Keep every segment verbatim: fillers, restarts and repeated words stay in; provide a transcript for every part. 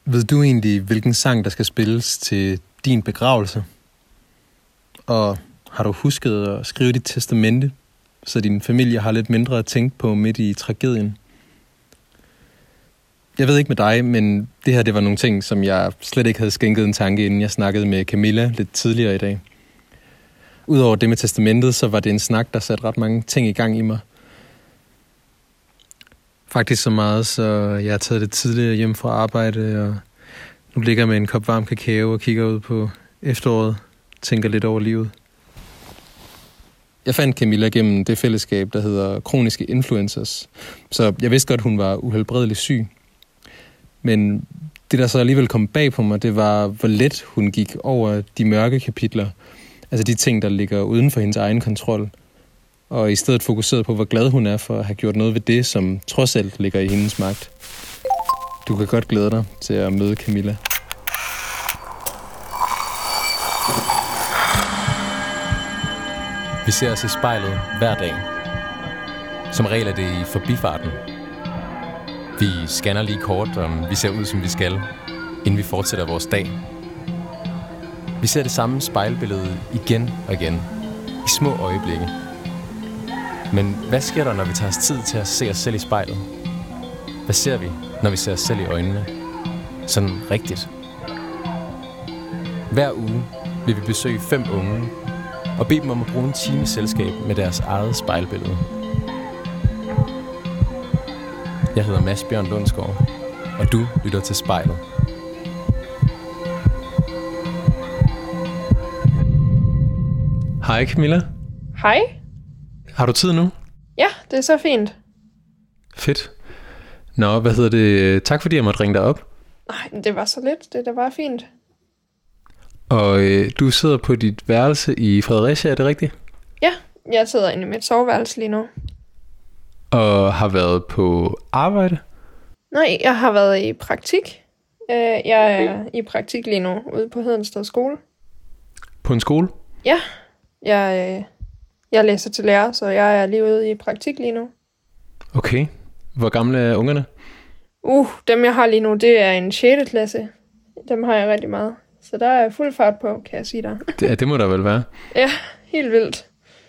Ved du egentlig, hvilken sang, der skal spilles til din begravelse? Og har du husket at skrive dit testamente, så din familie har lidt mindre at tænke på midt i tragedien? Jeg ved ikke med dig, men det her det var nogle ting, som jeg slet ikke havde skænket en tanke, inden jeg snakkede med Camilla lidt tidligere i dag. Udover det med testamentet, så var det en snak, der satte ret mange ting i gang i mig. Faktisk så meget, så jeg har taget det tidligere hjem fra arbejde, og nu ligger jeg med en kop varm kakao og kigger ud på efteråret, tænker lidt over livet. Jeg fandt Camilla gennem det fællesskab, der hedder Kroniske Influencers, så jeg vidste godt, hun var uhelbredeligt syg. Men det, der så alligevel kom bag på mig, det var, hvor let hun gik over de mørke kapitler, altså de ting, der ligger uden for hendes egen kontrol, og i stedet fokuseret på, hvor glad hun er for at have gjort noget ved det, som trods alt ligger i hendes magt. Du kan godt glæde dig til at møde Camilla. Vi ser os i spejlet hver dag. Som regel er det i forbifarten. Vi scanner lige kort, om vi ser ud, som vi skal, inden vi fortsætter vores dag. Vi ser det samme spejlbillede igen og igen, i små øjeblikke. Men hvad sker der, når vi tager os tid til at se os selv i spejlet? Hvad ser vi, når vi ser os selv i øjnene? Sådan rigtigt. Hver uge vil vi besøge fem unge og bede dem om at bruge en time selskab med deres eget spejlbillede. Jeg hedder Mads Bjørn Lundsgaard, og du lytter til Spejlet. Hej Camilla. Hej. Har du tid nu? Ja, det er så fint. Fedt. Nå, hvad hedder det? Tak fordi jeg måtte ringe dig op. Nej, det var så lidt. Det der var fint. Og øh, du sidder på dit værelse i Fredericia, er det rigtigt? Ja, jeg sidder inde i mit soveværelse lige nu. Og har været på arbejde? Nej, jeg har været i praktik. Jeg er i praktik lige nu ude på Hedensted skole. På en skole? Ja, jeg, jeg læser til lærer, så jeg er lige ude i praktik lige nu. Okay. Hvor gamle er ungerne? Uh, dem jeg har lige nu, det er en sjette klasse. Dem har jeg rigtig meget. Så der er fuld fart på, kan jeg sige dig. Det, ja, det må der vel være. Ja, helt vildt.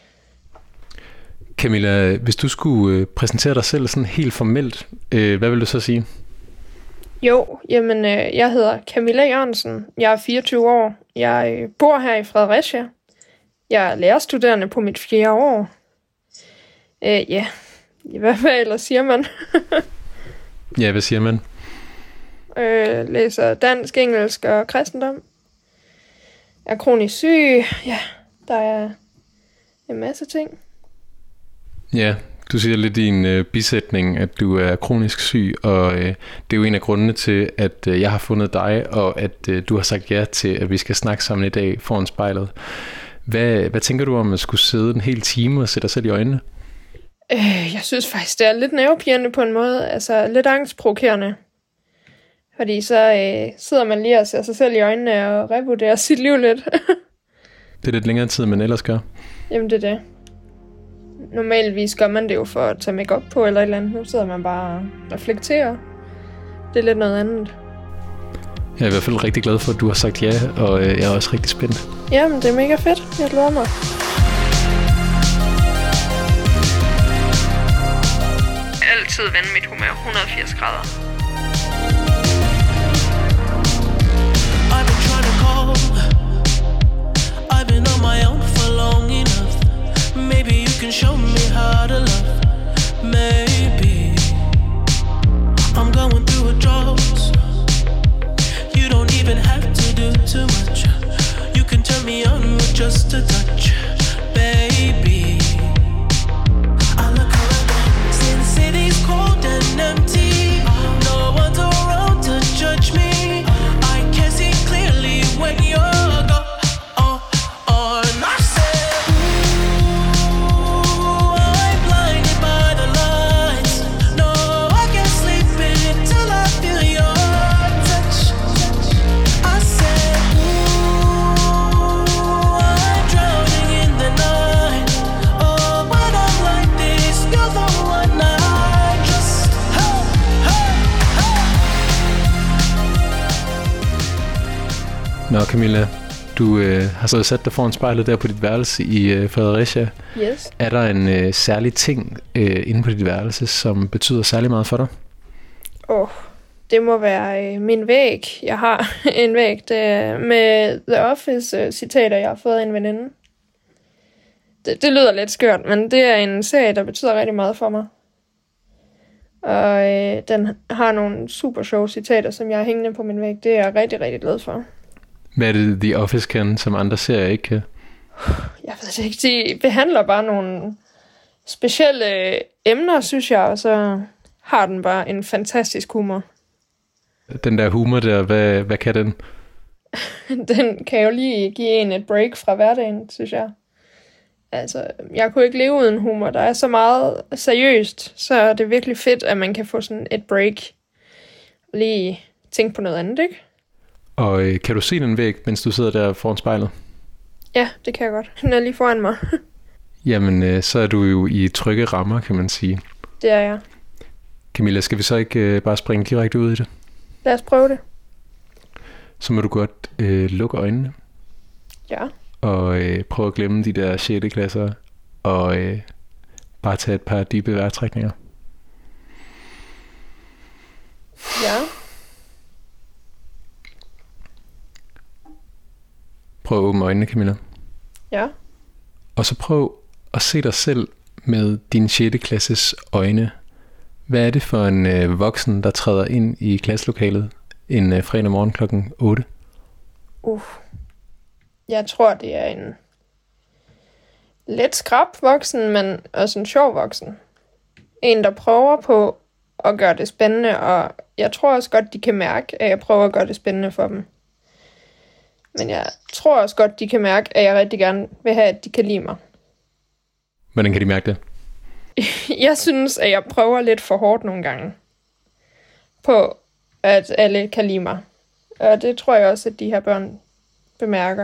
Camilla, hvis du skulle øh, præsentere dig selv sådan helt formelt, øh, hvad vil du så sige? Jo, jamen øh, jeg hedder Camilla Jørgensen. Jeg er fireogtyve år. Jeg øh, bor her i Fredericia. Jeg er lærerstuderende på mit fjerde år. Øh, ja, hvad, hvad ellers siger man? Ja, hvad siger man? Øh, læser dansk, engelsk og kristendom. Jeg er kronisk syg. Ja, der er en masse ting. Ja, du siger lidt i en øh, bisætning, at du er kronisk syg, og øh, det er jo en af grundene til, at øh, jeg har fundet dig, og at øh, du har sagt ja til, at vi skal snakke sammen i dag foran spejlet. Hvad, hvad tænker du om at skulle sidde en hel time og sætte dig selv i øjnene? Øh, jeg synes faktisk, det er lidt nervepirrende på en måde. Altså lidt angstprovokerende. Fordi så øh, sidder man lige og ser sig selv i øjnene og revurderer sit liv lidt. Det er lidt længere tid, end man ellers gør. Jamen det er det. Normalvis gør man det jo for at tage make-up på eller et eller andet. Nu sidder man bare og reflekterer. Det er lidt noget andet. Jeg er i hvert fald rigtig glad for, at du har sagt ja, og øh, jeg er også rigtig spændt. Jamen det er mega fedt. Jeg glæder mig. Altid vende mit humør et hundrede og firs grader. I've been trying to call. I've been on my own for long enough. Maybe you can show me how to love. Maybe I'm going through a drought. You don't even have to do too much. You can turn me on with just a touch, baby. I look around, since city's cold and empty. No one's around to judge me. I can see clearly when you're gone. I said, ooh, I'm blinded by the lights. Nå Camilla, du øh, har så sat dig foran spejlet der på dit værelse i øh, Fredericia. Yes. Er der en øh, særlig ting øh, inde på dit værelse, som betyder særlig meget for dig? Åh, oh, det må være øh, min væg. Jeg har en væg det, med The Office-citater, jeg har fået af en veninde. Det, det lyder lidt skørt, men det er en serie, der betyder rigtig meget for mig. Og øh, den har nogle super sjove citater, som jeg har hængende på min væg. Det er jeg rigtig, rigtig glad for. Hvad er det, The Office kan, som andre serier ikke kan? Jeg ved det ikke. De behandler bare nogle specielle emner, synes jeg, og så har den bare en fantastisk humor. Den der humor der, hvad, hvad kan den? Den kan jo lige give en et break fra hverdagen, synes jeg. Altså, jeg kunne ikke leve uden humor. Der er så meget seriøst, så er det virkelig fedt, at man kan få sådan et break. Og lige tænke på noget andet, ikke? Og øh, kan du se den væg, mens du sidder der foran spejlet? Ja, det kan jeg godt. Den er lige foran mig. Jamen, øh, så er du jo i trygge rammer, kan man sige. Det er jeg. Camilla, skal vi så ikke øh, bare springe direkte ud i det? Lad os prøve det. Så må du godt øh, lukke øjnene. Ja. Og øh, prøve at glemme de der sjette klasser. Og øh, bare tage et par dybe vejrtrækninger. Ja. Prøv at åbne øjnene, Camilla. Ja. Og så prøv at se dig selv med din sjette klasses øjne. Hvad er det for en øh, voksen, der træder ind i klasselokalet en øh, fredag morgen klokken otte? Uh. Jeg tror, det er en lidt skrap voksen, men også en sjov voksen. En, der prøver på at gøre det spændende, og jeg tror også godt, de kan mærke, at jeg prøver at gøre det spændende for dem. Men jeg tror også godt, de kan mærke, at jeg rigtig gerne vil have, at de kan lide mig. Hvordan kan de mærke det? Jeg synes, at jeg prøver lidt for hårdt nogle gange på, at alle kan lide mig. Og det tror jeg også, at de her børn bemærker.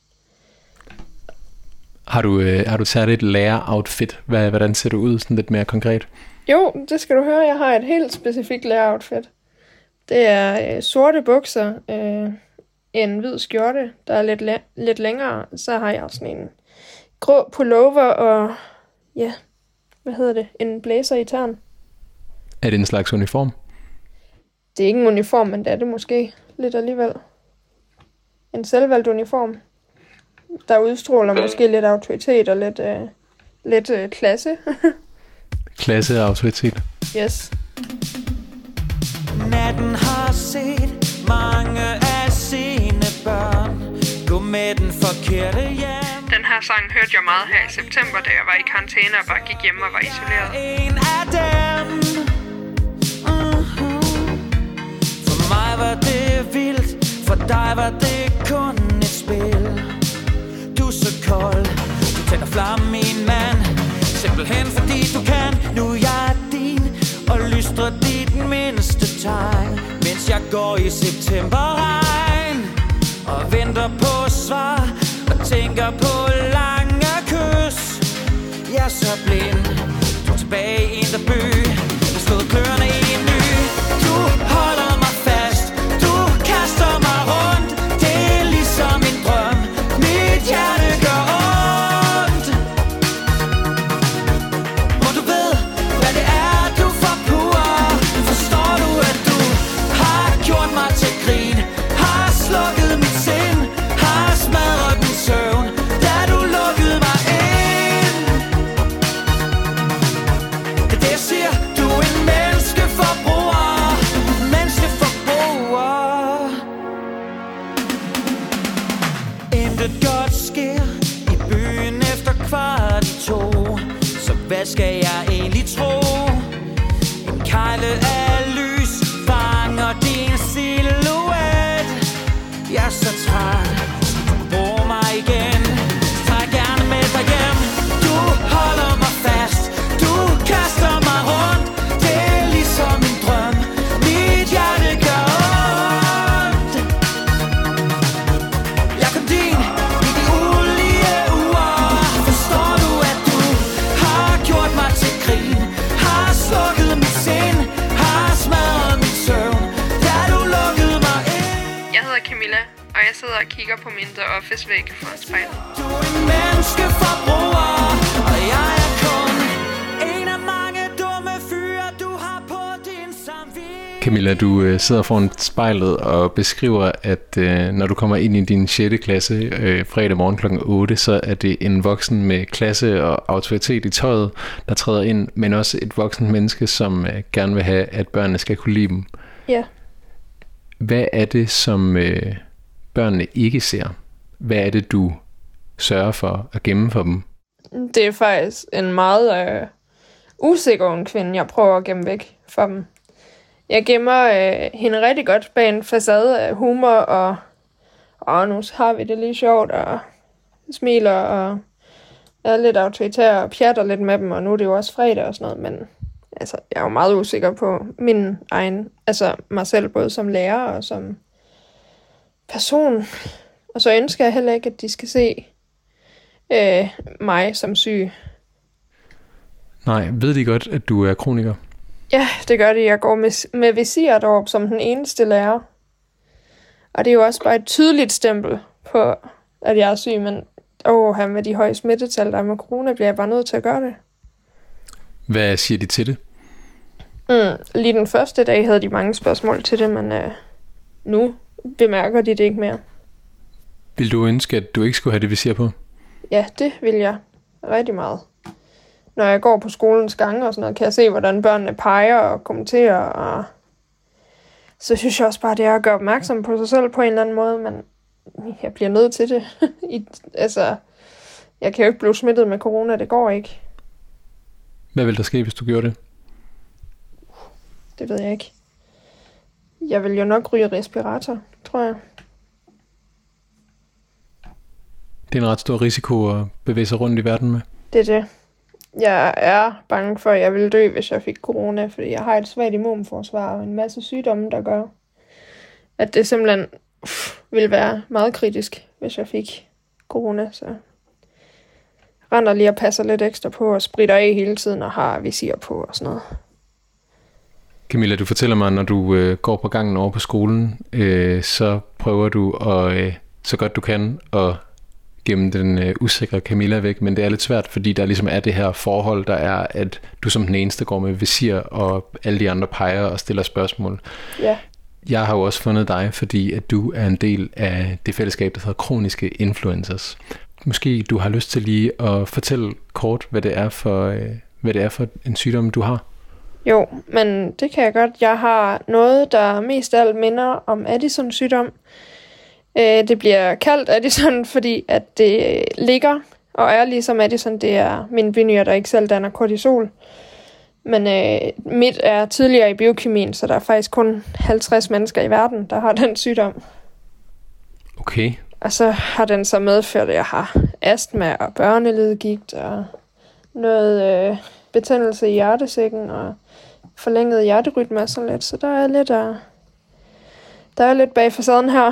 Har du, øh, har du særligt et lærer-outfit? Hvad, hvordan ser du ud sådan lidt mere konkret? Jo, det skal du høre. Jeg har et helt specifikt lærer-outfit. Det er øh, sorte bukser, øh, en hvid skjorte, der er lidt, la- lidt længere. Så har jeg sådan en grå pullover og, ja, hvad hedder det, en blazer i tern. Er det en slags uniform? Det er ikke en uniform, men det er det måske lidt alligevel. En selvvalgt uniform, der udstråler måske lidt autoritet og lidt, øh, lidt øh, klasse. Klasse og autoritet. Yes. Natten har set mange af sine børn gå med den forkerte hjem. Den her sang hørte jeg meget her i september, da jeg var i karantæne og bare gik hjem og var isoleret. En af dem. Uh-huh. For mig var det vildt, for dig var det kun et spil. Du er så kold, du tænder flamme, min mand. Simpelthen fordi du kan, nu er jeg din. Og lystrer dit mindste tegn, mens jeg går i septemberregn. Og venter på svar, og tænker på lange kys. Jeg er så blind, du er tilbage i en der by. Du slår kløerne i en ny. Du holder mig fast, du kaster mig rundt. Det er ligesom en drøm, mit hjerte gør ondt. Og du ved, hvad det er, du forpurer. Forstår du, at du har gjort mig til grin, har slukket mit sind, har smadret min søvn, da du lukkede mig ind. Det er det, jeg siger, du er en menneskeforbruger, menneskeforbruger. Intet godt sker i byen efter kvart i to, så hvad skal jeg egentlig tro? En kejle af lys fanger din silhuet. Jeg er så træt, brug mig igen. Tag gerne med dig hjem. Du holder mig fast, du kaster mig rundt. Det er ligesom en drøm, mit hjerte gør ondt. Jeg er kun din i de ulige uger. Forstår du, at du har gjort mig til grin, har slukket mit sind, har på min The Office-væg foran spejlet. Du er en menneskeforbruger, og jeg er kun en af mange dumme fyre, du har på din samvittighed. Camilla, du øh, sidder foran spejlet og beskriver, at øh, når du kommer ind i din sjette klasse øh, fredag morgen klokken otte, så er det en voksen med klasse og autoritet i tøjet, der træder ind, men også et voksen menneske, som øh, gerne vil have, at børnene skal kunne lide dem. Ja. Hvad er det, som øh, børnene ikke ser? Hvad er det, du sørger for at gemme for dem? Det er faktisk en meget øh, usikker ung kvinde, jeg prøver at gemme væk for dem. Jeg gemmer øh, hende rigtig godt bag en facade af humor, og, og nu har vi det lige sjovt, og smiler, og er lidt autoritær, og pjatter lidt med dem, og nu er det jo også fredag og sådan noget, men altså, jeg er jo meget usikker på min egen, altså mig selv, både som lærer og som person. Og så ønsker jeg heller ikke, at de skal se øh, mig som syg. Nej, ved de godt, at du er kroniker? Ja, det gør det. Jeg går med, med visir deroppe som den eneste lærer. Og det er jo også bare et tydeligt stempel på, at jeg er syg, men åh, her med de høje smittetal, der er med corona, bliver jeg bare nødt til at gøre det. Hvad siger de til det? Mm, lige den første dag havde de mange spørgsmål til det, men øh, nu bemærker de det ikke mere. Vil du ønske, at du ikke skulle have det visir på? Ja, det vil jeg rigtig meget. Når jeg går på skolens gange og sådan noget, kan jeg se, hvordan børnene peger og kommenterer. Og så synes jeg også bare, det er at gøre opmærksom på sig selv på en eller anden måde, men jeg bliver nødt til det. I, altså, jeg kan jo ikke blive smittet med corona, det går ikke. Hvad vil der ske, hvis du gjorde det? Det ved jeg ikke. Jeg vil jo nok ryge respirator, tror jeg. Det er en ret stor risiko at bevæge sig rundt i verden med. Det er det. Jeg er bange for, at jeg ville dø, hvis jeg fik corona, fordi jeg har et svagt immunforsvar og en masse sygdomme, der gør, at det simpelthen uff, ville være meget kritisk, hvis jeg fik corona. Så jeg render lige og passer lidt ekstra på og spritter af hele tiden og har visir på og sådan noget. Camilla, du fortæller mig, når du øh, går på gangen over på skolen, øh, så prøver du at, øh, så godt du kan at gemme den øh, usikre Camilla væk, men det er lidt svært, fordi der ligesom er det her forhold, der er, at du som den eneste går med visir, og alle de andre peger og stiller spørgsmål. Ja. Jeg har jo også fundet dig, fordi at du er en del af det fællesskab, der hedder Kroniske Influencers. Måske du har lyst til lige at fortælle kort, hvad det er for, øh, hvad det er for en sygdom, du har. Jo, men det kan jeg godt. Jeg har noget, der mest af alt minder om Addisons sygdom. Det bliver kaldt Addison, fordi at det ligger og er ligesom Addison. Det er min binyre, der ikke selv danner kortisol. Men øh, mit er tidligere i biokemien, så der er faktisk kun halvtreds mennesker i verden, der har den sygdom. Okay. Og så har den så medført, at jeg har astma og børneledegigt og noget øh, betændelse i hjertesækken og forlænget hjerterytme og sådan lidt. Så der er lidt, uh, der er lidt bag facaden her.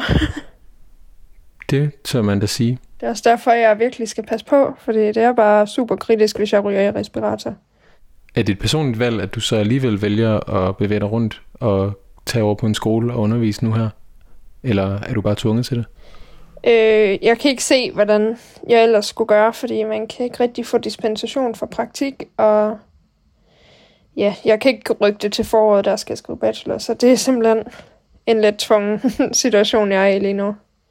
Det tør man da sige. Det er også derfor, jeg virkelig skal passe på, fordi det er bare super kritisk, hvis jeg ryger i respirator. Er det et personligt valg, at du så alligevel vælger at bevæge dig rundt og tage over på en skole og undervise nu her? Eller er du bare tvunget til det? Øh, jeg kan ikke se, hvordan jeg ellers skulle gøre, fordi man kan ikke rigtig få dispensation for praktik, og ja, jeg kan ikke rykke det til foråret, der skal jeg skrive bachelor, så det er simpelthen en lidt tvungen situation, jeg er i lige nu.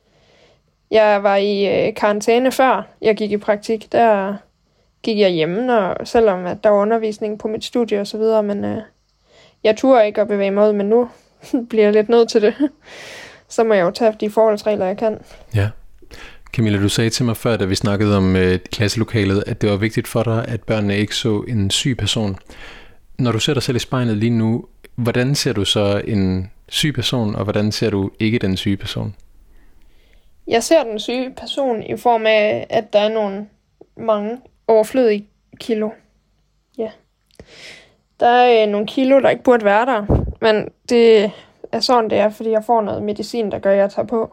Jeg var i øh, karantæne før jeg gik i praktik. Der gik jeg hjemme, og selvom at der var undervisning på mit studie og så videre, men øh, jeg turde ikke at bevæge mig ud, men nu bliver jeg lidt nødt til det. Så må jeg jo tage de forholdsregler, jeg kan. Ja. Camilla, du sagde til mig før, da vi snakkede om øh, klasselokalet, at det var vigtigt for dig, at børnene ikke så en syg person. Når du ser dig selv i spejlet lige nu, hvordan ser du så en syg person, og hvordan ser du ikke den syge person? Jeg ser den syge person i form af, at der er nogle mange overflødige kilo. Ja. Der er øh, nogle kilo, der ikke burde være der, men det er sådan, det er, fordi jeg får noget medicin, der gør, at jeg tager på.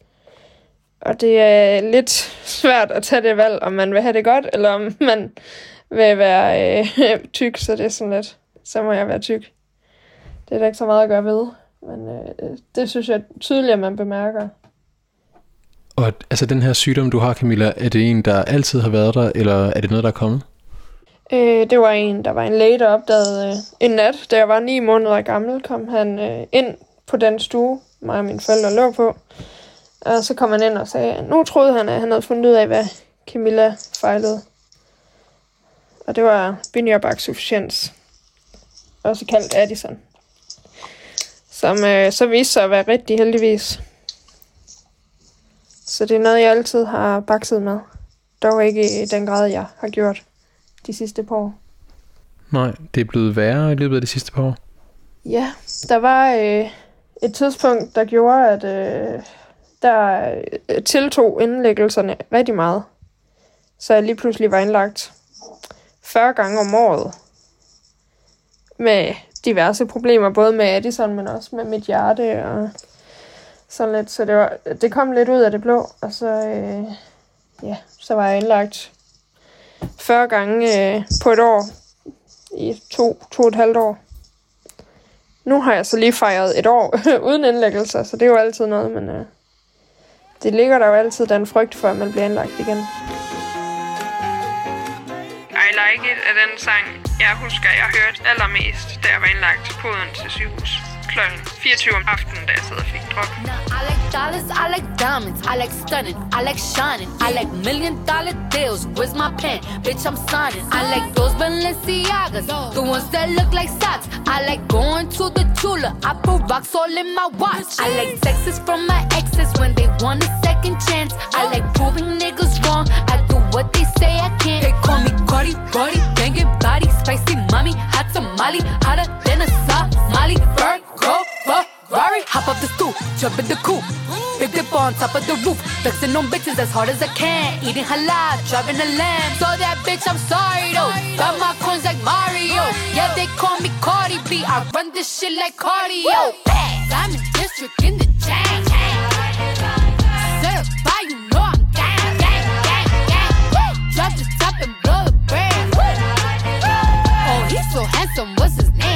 Og det er lidt svært at tage det valg, om man vil have det godt, eller om man vil være øh, tyk, så det er sådan lidt, så må jeg være tyk. Det er der ikke så meget at gøre ved, men øh, det synes jeg tydeligt, at man bemærker. Og altså den her sygdom, du har, Camilla, er det en, der altid har været der, eller er det noget, der er kommet? Øh, det var en, der var en læge, der opdagede øh, en nat, da jeg var ni måneder gammel, kom han øh, ind på den stue, mig og mine forældre lå på. Og så kom han ind og sagde, at nu troede han, at han havde fundet ud af, hvad Camilla fejlede. Og det var binyrebakterinsufficiens, også kaldt Addison, som øh, så viste sig at være rigtig heldigvis. Så det er noget, jeg altid har bakset med. Dog ikke i den grad, jeg har gjort de sidste par år. Nej, det er blevet værre i løbet af de sidste par år. Ja, der var øh, et tidspunkt, der gjorde, at øh, der øh, tiltog indlæggelserne rigtig meget. Så jeg lige pludselig var indlagt fyrre gange om året. Med diverse problemer, både med Addison, men også med mit hjerte og sådan lidt. Så det, var, det kom lidt ud af det blå, og så, øh, ja, så var jeg indlagt fyrre gange øh, på et år i to, to og et halvt år. Nu har jeg så lige fejret et år uden indlæggelser, så det er jo altid noget, men øh, det ligger der jo altid den frygt for, at man bliver indlagt igen. I Like It er den sang, jeg husker, jeg hørte allermest, da jeg var indlagt på Odense sygehus. Klokken fireogtyve om aftenen, da jeg sad og fik drop. I like dollars, I like diamonds, I like stunning, I like shining, I like million dollar deals. Where's my pen? Bitch, I'm signing. I like those Balenciagas, the ones that look like socks. I like going to the Tula, I put rocks all in my watch. I like texts from my exes when they want a second chance. I like proving niggas wrong, I do what they say I can't. They call me Cardi, Cardi, banging body, spicy mommy, hot tamale, hotter than a Somali. Bird, go, Ferrari, hop up the stoop, jump in the coupe, big dip on top of the roof, flexing on bitches as hard as I can, eating halal, driving a lamb. So that bitch, I'm sorry though, got my coins like Mario. Yeah, they call me Cardi B, I run this shit like cardio. Diamond District in the chain. Certified, you know I'm gang, gang, gang, gang. Drop the top and blow the brand. Oh, he's so handsome, what's his name?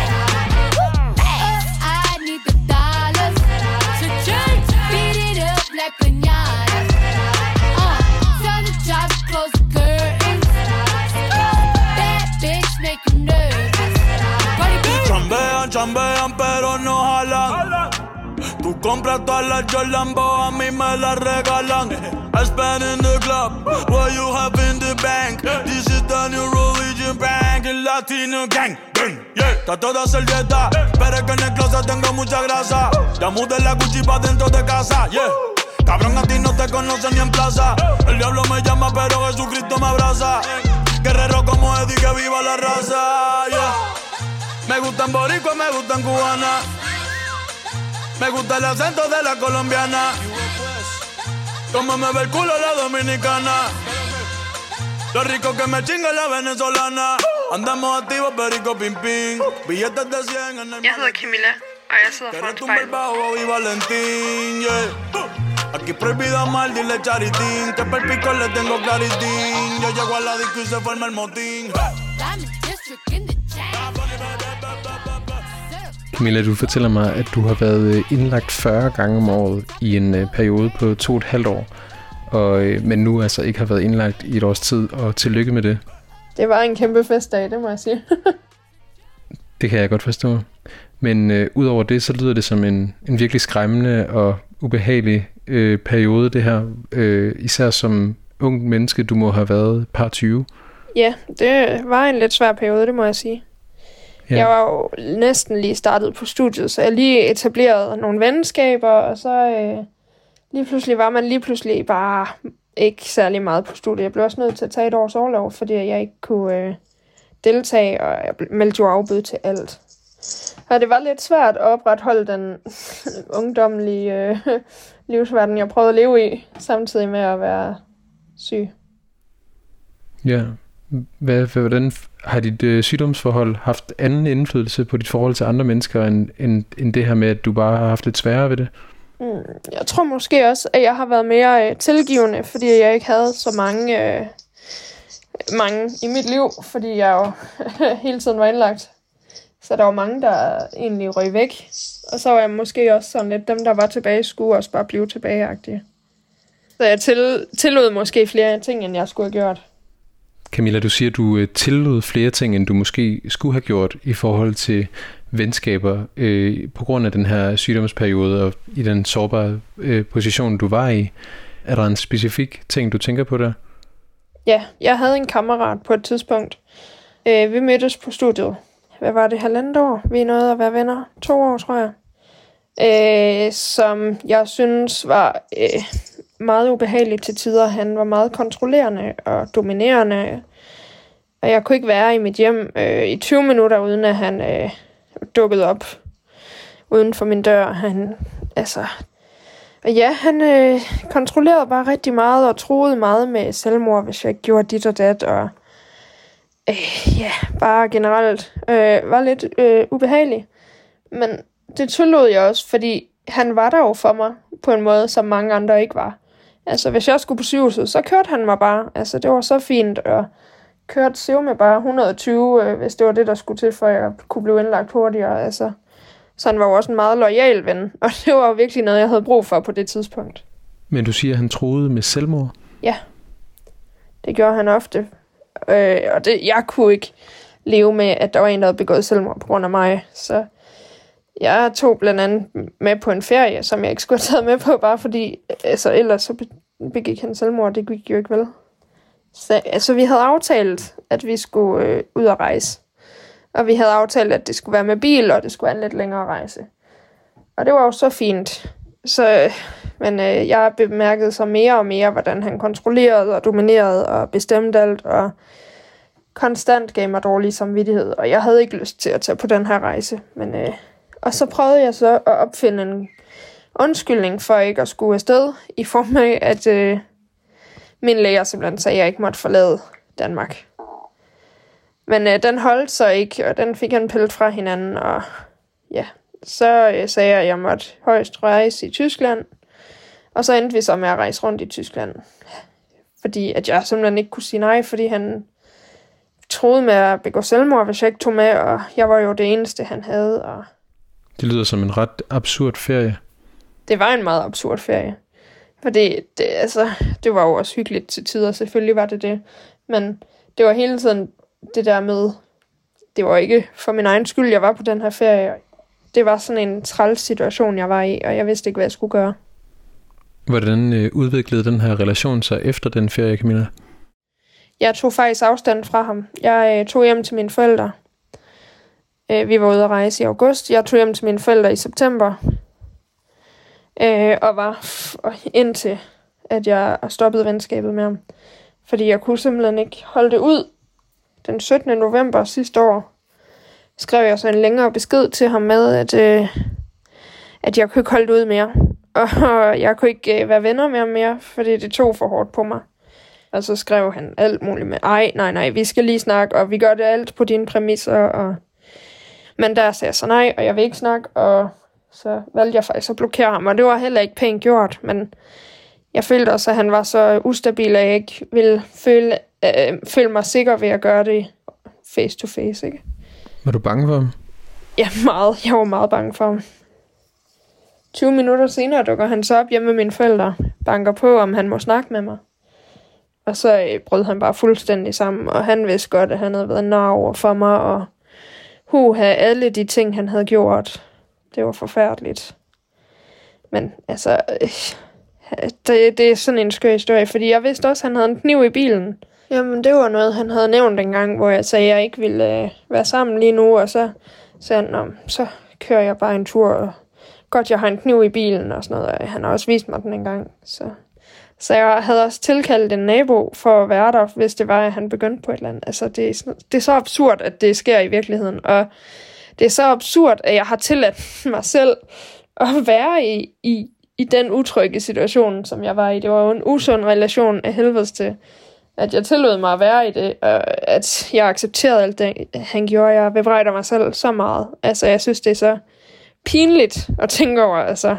Chambean pero no jalan. Tú compras todas las Jordan, a mí me las regalan. I spend in the club, what you have in the bank. This is the new religion bank, el latino gang. Yeah, está toda servieta, pero es que en el closet tengo mucha grasa. Ya mudé la Gucci pa' dentro de casa, yeah. Cabrón, a ti no te conocen ni en plaza. El diablo me llama, pero Jesucristo me abraza. Guerrero como Eddie, que viva la raza, yeah. Me gustan boricua, me gustan cubana. Me gusta el acento de la colombiana. Como me ve el culo la dominicana. Lo rico que me chinga la venezolana. Andamos activos, perico, pim, pim. Billetes de cien en el... Jeg hedder Camilla, og jeg sidder foran spejlet. y Valentín, yeah. Aquí prohibido amar, dile charitín. Que per pico le tengo claritín. Yo llego a la disco y se forma el motín. Camilla, du fortæller mig, at du har været indlagt fyrre gange om året i en uh, periode på to og et halvt år, og, uh, men nu altså ikke har været indlagt i et års tid, og tillykke med det. Det var en kæmpe festdag, det må jeg sige. Det kan jeg godt forstå. Men uh, udover det, så lyder det som en, en virkelig skræmmende og ubehagelig uh, periode, det her. Uh, især som ung menneske, du må have været par tyve. Ja, det var en lidt svær periode, det må jeg sige. Ja. Jeg var jo næsten lige startet på studiet, så jeg lige etablerede nogle venskaber, og så øh, lige pludselig var man lige pludselig bare ikke særlig meget på studiet. Jeg blev også nødt til at tage et års orlov, fordi jeg ikke kunne øh, deltage, og jeg meldte jo afbud til alt. Og det var lidt svært at opretholde den ungdomlige øh, livsverden, jeg prøvede at leve i, samtidig med at være syg. Ja. Hvad, hvordan har dit øh, sygdomsforhold haft anden indflydelse på dit forhold til andre mennesker, end, end, end det her med, at du bare har haft lidt sværere ved det? Mm, jeg tror måske også, at jeg har været mere øh, tilgivende, fordi jeg ikke havde så mange, øh, mange i mit liv, fordi jeg jo hele tiden var indlagt. Så der var mange, der egentlig røg væk. Og så var jeg måske også sådan lidt, dem der var tilbage, skulle også bare blive tilbageagtige. Så jeg til, tillod måske flere ting, end jeg skulle have gjort. Camilla, du siger, at du tillod flere ting, end du måske skulle have gjort i forhold til venskaber øh, på grund af den her sygdomsperiode og i den sårbare øh, position, du var i. Er der en specifik ting, du tænker på der? Ja, jeg havde en kammerat på et tidspunkt. Øh, vi mødtes på studiet. Hvad var det, halvandet år? Vi nåede at være venner. To år, tror jeg. Øh, som jeg synes var øh, meget ubehageligt til tider. Han var meget kontrollerende og dominerende. Og jeg kunne ikke være i mit hjem øh, i tyve minutter, uden at han øh, dukkede op uden for min dør. Han, altså... Og ja, han øh, kontrollerede bare rigtig meget og troede meget med selvmord, hvis jeg ikke gjorde dit og dat. Og øh, ja, bare generelt øh, var lidt øh, ubehagelig. Men det tillod jeg også, fordi han var der jo for mig på en måde, som mange andre ikke var. Altså, hvis jeg skulle på sygehuset, så kørte han mig bare. Altså, det var så fint, og kørte siv med bare et hundrede og tyve, øh, hvis det var det, der skulle til, for at jeg kunne blive indlagt hurtigere. Altså, så han var jo også en meget loyal ven, og det var jo virkelig noget, jeg havde brug for på det tidspunkt. Men du siger, at han troede med selvmord? Ja, det gjorde han ofte. Øh, og det, jeg kunne ikke leve med, at der var en, der havde begået selvmord på grund af mig. Så jeg tog blandt andet med på en ferie, som jeg ikke skulle have taget med på, bare fordi, altså ellers så begik han selvmord, det gik jo ikke vel. Så altså, vi havde aftalt, at vi skulle øh, ud og rejse. Og vi havde aftalt, at det skulle være med bil, og det skulle være en lidt længere rejse. Og det var jo så fint. Så, men øh, jeg bemærkede så mere og mere, hvordan han kontrollerede og dominerede og bestemte alt, og konstant gav mig dårlig samvittighed. Og jeg havde ikke lyst til at tage på den her rejse. Men, øh, og så prøvede jeg så at opfinde en undskyldning for ikke at skulle afsted, i form af, at øh, min læger simpelthen sagde, at jeg ikke måtte forlade Danmark. Men øh, den holdt så ikke, og den fik han pillet fra hinanden, og ja, så øh, sagde jeg, at jeg måtte højst rejse i Tyskland, og så endte vi så med at rejse rundt i Tyskland, fordi at jeg simpelthen ikke kunne sige nej, fordi han troede med at begå selvmord, hvis jeg ikke tog med, og jeg var jo det eneste, han havde. Og det lyder som en ret absurd ferie. Det var en meget absurd ferie, fordi det, altså, det var jo også hyggeligt til tider, selvfølgelig var det det, men det var hele tiden det der med, det var ikke for min egen skyld, jeg var på den her ferie. Det var sådan en træls situation, jeg var i, og jeg vidste ikke, hvad jeg skulle gøre. Hvordan øh, udviklede den her relation sig efter den ferie, Camilla? Jeg tog faktisk afstand fra ham. Jeg øh, tog hjem til mine forældre. Øh, vi var ude at rejse i august. Jeg tog hjem til mine forældre i september. Øh, og var f- indtil, at jeg stoppede venskabet med ham. Fordi jeg kunne simpelthen ikke holde det ud. Den syttende november sidste år skrev jeg så en længere besked til ham med, at, øh, at jeg kunne ikke holde det ud mere. Og jeg kunne ikke øh, være venner med ham mere, fordi det tog for hårdt på mig. Og så skrev han alt muligt med, ej, nej, nej, vi skal lige snakke, og vi gør det alt på dine præmisser. Og men der sagde jeg så nej, og jeg vil ikke snakke, og så valgte jeg faktisk at blokere ham. Og det var heller ikke pænt gjort, men jeg følte også, at han var så ustabil, at jeg ikke ville føle, øh, føle mig sikker ved at gøre det face to face, ikke? Var du bange for ham? Ja, meget. Jeg var meget bange for ham. tyve minutter senere dukker han så op hjemme med mine forældre, banker på, om han må snakke med mig. Og så øh, brød han bare fuldstændig sammen, og han vidste godt, at han havde været nar over for mig, og huha, alle de ting, han havde gjort. Det var forfærdeligt. Men altså, øh, det, det er sådan en skør historie, fordi jeg vidste også, at han havde en kniv i bilen. Jamen, det var noget, han havde nævnt en gang, hvor jeg sagde, at jeg ikke ville øh, være sammen lige nu, og så sagde han, så kører jeg bare en tur, og godt, jeg har en kniv i bilen og sådan noget, og han har også vist mig den en gang. Så, så jeg havde også tilkaldt en nabo for at være der, hvis det var, at han begyndte på et eller andet. Altså, det er, sådan, det er så absurd, at det sker i virkeligheden, og det er så absurd, at jeg har tilladt mig selv at være i, i, i den utrygge situation, som jeg var i. Det var jo en usund relation af helvedes til, at jeg tillod mig at være i det, og at jeg accepterede alt det, han gjorde. Jeg bebrejder mig selv så meget. Altså, jeg synes, det er så pinligt at tænke over. Altså,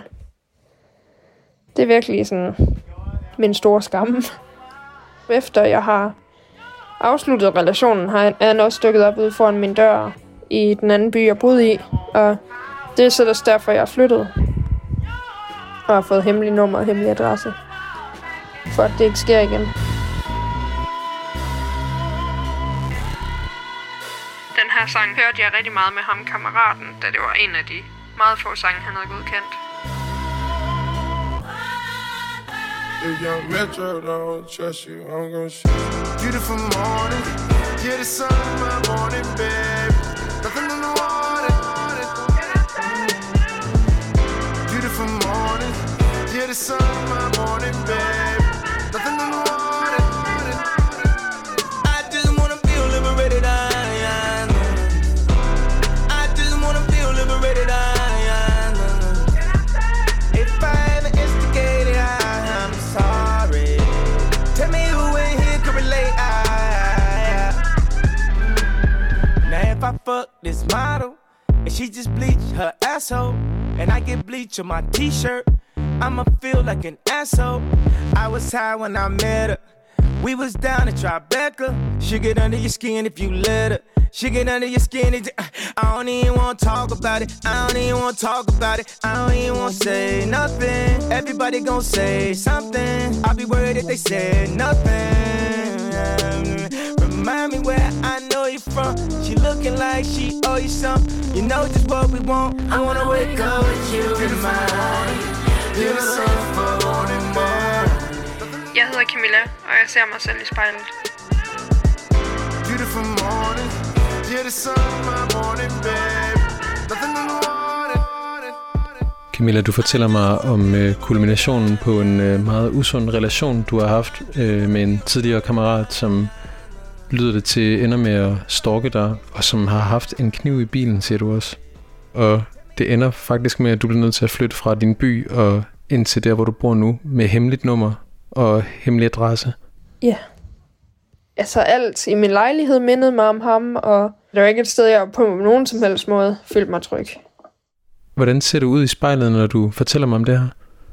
det er virkelig sådan min store skam. Efter jeg har afsluttet relationen, har han også dukket op ude foran min dør i den anden by, jeg boede i. Og det er så derfor, jeg er flyttet. Og har fået hemmelig nummer og hemmelig adresse. for at det ikke sker igen. Den her sang hørte jeg rigtig meget med ham, kammeraten, da det var en af de meget få sange, han havde godkendt. If young Metro don't trust you, I'm gon' shoot you. Beautiful morning, you're the sun of my morning, babe. Nothing in the water. Beautiful morning, you're the sun of my morning, babe. Nothing in the water. I just wanna feel liberated, I, I know. I just wanna feel liberated, I, I know. If I ever instigated, I sorry. Tell me who in here can relate. I, I, I. Now if I fuck this model and she just bleach her asshole, and I get bleach on my t-shirt, I'ma feel like an asshole. I was high when I met her. We was down at Tribeca. She get under your skin if you let her. She get under your skin. It, I don't even wanna talk about it. I don't even wanna talk about it. I don't even wanna say nothing. Everybody gon' say something. I'll be worried if they say nothing. Remind me where I know you from. She looking like she owe you some. You know just what we want. I wanna wake up with you in mind. You're the sun for morning more. Jeg hedder Camilla, og jeg ser mig selv i spejlet. Beautiful morning, you're the sun of my morning, babe. Nothing in the water. Camilla, du fortæller mig om øh, kulminationen på en øh, meget usund relation, du har haft øh, med en tidligere kammerat, som lyder det til ender med at stalke dig, og som har haft en kniv i bilen, siger du også. Og det ender faktisk med, at du bliver nødt til at flytte fra din by og ind til der, hvor du bor nu, med hemmeligt nummer og hemmelig adresse. Ja. Yeah. Altså alt i min lejlighed mindede mig om ham, og der var ikke et sted, jeg på nogen som helst måde følte mig tryg. Hvordan ser du ud i spejlet, når du fortæller mig om det her?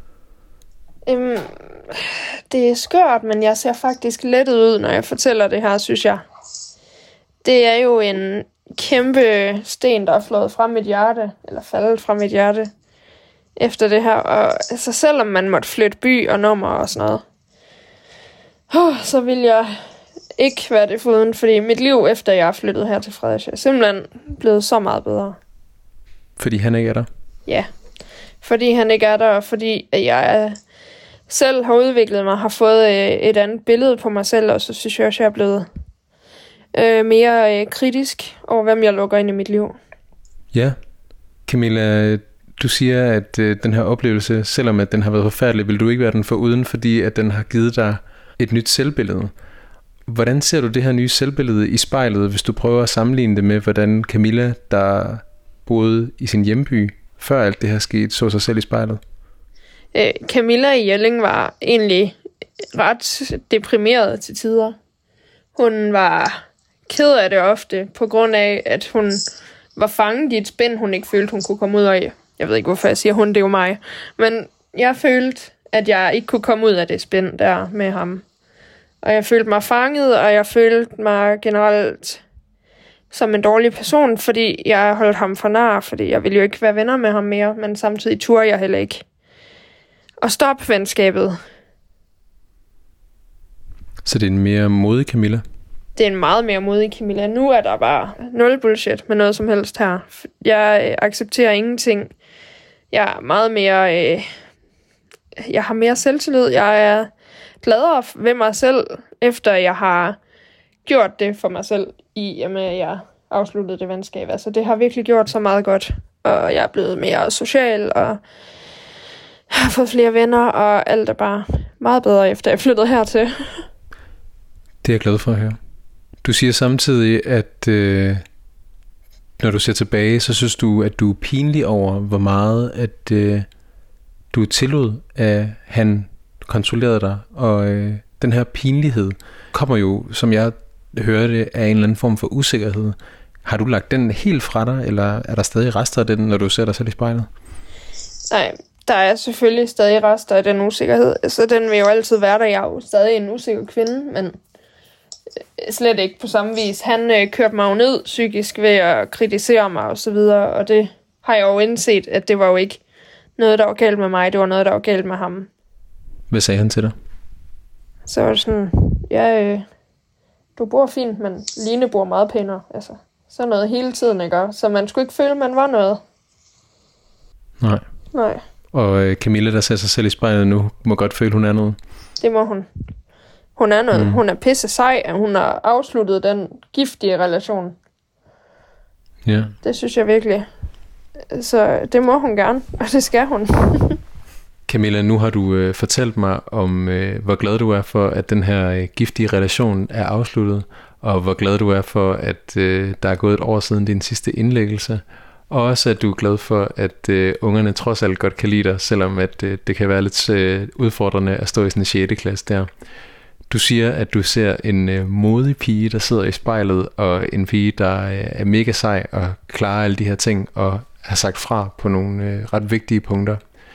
Øhm, det er skørt, men jeg ser faktisk lettet ud, når jeg fortæller det her, synes jeg. Det er jo en kæmpe sten, der er flået fra mit hjerte, eller faldet fra mit hjerte, efter det her. Og altså, selvom man måtte flytte by og nummer og sådan noget, oh, så vil jeg ikke være det foruden, fordi mit liv, efter jeg er flyttet her til Fredericia, er simpelthen blevet så meget bedre. Fordi han ikke er der? Ja, fordi han ikke er der, og fordi jeg selv har udviklet mig, har fået et andet billede på mig selv, og så synes jeg også, jeg er blevet øh, mere øh, kritisk over, hvem jeg lukker ind i mit liv. Ja, Camilla, du siger, at øh, den her oplevelse, selvom at den har været forfærdelig, vil du ikke være den foruden, fordi at den har givet dig et nyt selvbillede. Hvordan ser du det her nye selvbillede i spejlet, hvis du prøver at sammenligne det med, hvordan Camilla, der boede i sin hjemby, før alt det her skete, så sig selv i spejlet? Øh, Camilla i Jelling var egentlig ret deprimeret til tider. Hun var ked af det ofte, på grund af, at hun var fanget i et spænd, hun ikke følte, hun kunne komme ud af. Jeg ved ikke, hvorfor jeg siger hun, det er jo mig. Men jeg følte, at jeg ikke kunne komme ud af det spænd der med ham. Og jeg følte mig fanget, og jeg følte mig generelt som en dårlig person, fordi jeg holdt ham for nar, fordi jeg ville jo ikke være venner med ham mere, men samtidig turde jeg heller ikke. Og stop venskabet. Så det er en mere modig Camilla? Det er en meget mere modig Camilla. Nu er der bare nul bullshit med noget som helst her. Jeg accepterer ingenting. Jeg er meget mere... Øh, jeg har mere selvtillid. Jeg er gladere ved mig selv, efter jeg har gjort det for mig selv, i jamen, at jeg afsluttede det venskab. Altså, det har virkelig gjort så meget godt. Og jeg er blevet mere social, og har fået flere venner, og alt er bare meget bedre, efter jeg flyttede hertil. Det er jeg glad for at høre. Du siger samtidig, at øh, når du ser tilbage, så synes du, at du er pinlig over, hvor meget at øh, du tillod, at han kontrollerede dig. Og øh, den her pinlighed kommer jo, som jeg hører det, af en eller anden form for usikkerhed. Har du lagt den helt fra dig, eller er der stadig rester af den, når du ser dig selv i spejlet? Nej, der er selvfølgelig stadig rester af den usikkerhed. Så den vil jo altid være der. Jeg er jo stadig en usikker kvinde, men slet ikke på samme vis. Han øh, kørte mig jo ned psykisk ved at kritisere mig og så videre, og det har jeg jo indset, at det var jo ikke noget, der var galt med mig, det var noget, der var galt med ham. Hvad sagde han til dig? Så var det sådan, ja, øh, du bor fint, men Line bor meget pænere. Altså, så noget hele tiden, ikke? Så man skulle ikke føle, man var noget. Nej. Nej, Og øh, Camilla, der ser sig selv i spejlet nu, må godt føle, hun er noget. det må hun. Hun er noget. Mm. Mm. Hun er pisse sej, at hun har afsluttet den giftige relation. Ja. Det synes jeg virkelig. Så det må hun gerne, og det skal hun. Camilla, nu har du øh, fortalt mig om, øh, hvor glad du er for, at den her øh, giftige relation er afsluttet, og hvor glad du er for, at øh, der er gået et år siden din sidste indlæggelse, og også at du er glad for, at øh, ungerne trods alt godt kan lide dig, selvom at, øh, det kan være lidt øh, udfordrende at stå i sådan en sjette klasse der. Du siger, at du ser en øh, modig pige, der sidder i spejlet, og en pige, der øh, er mega sej og klarer alle de her ting, og har sagt fra på nogle øh, ret vigtige punkter.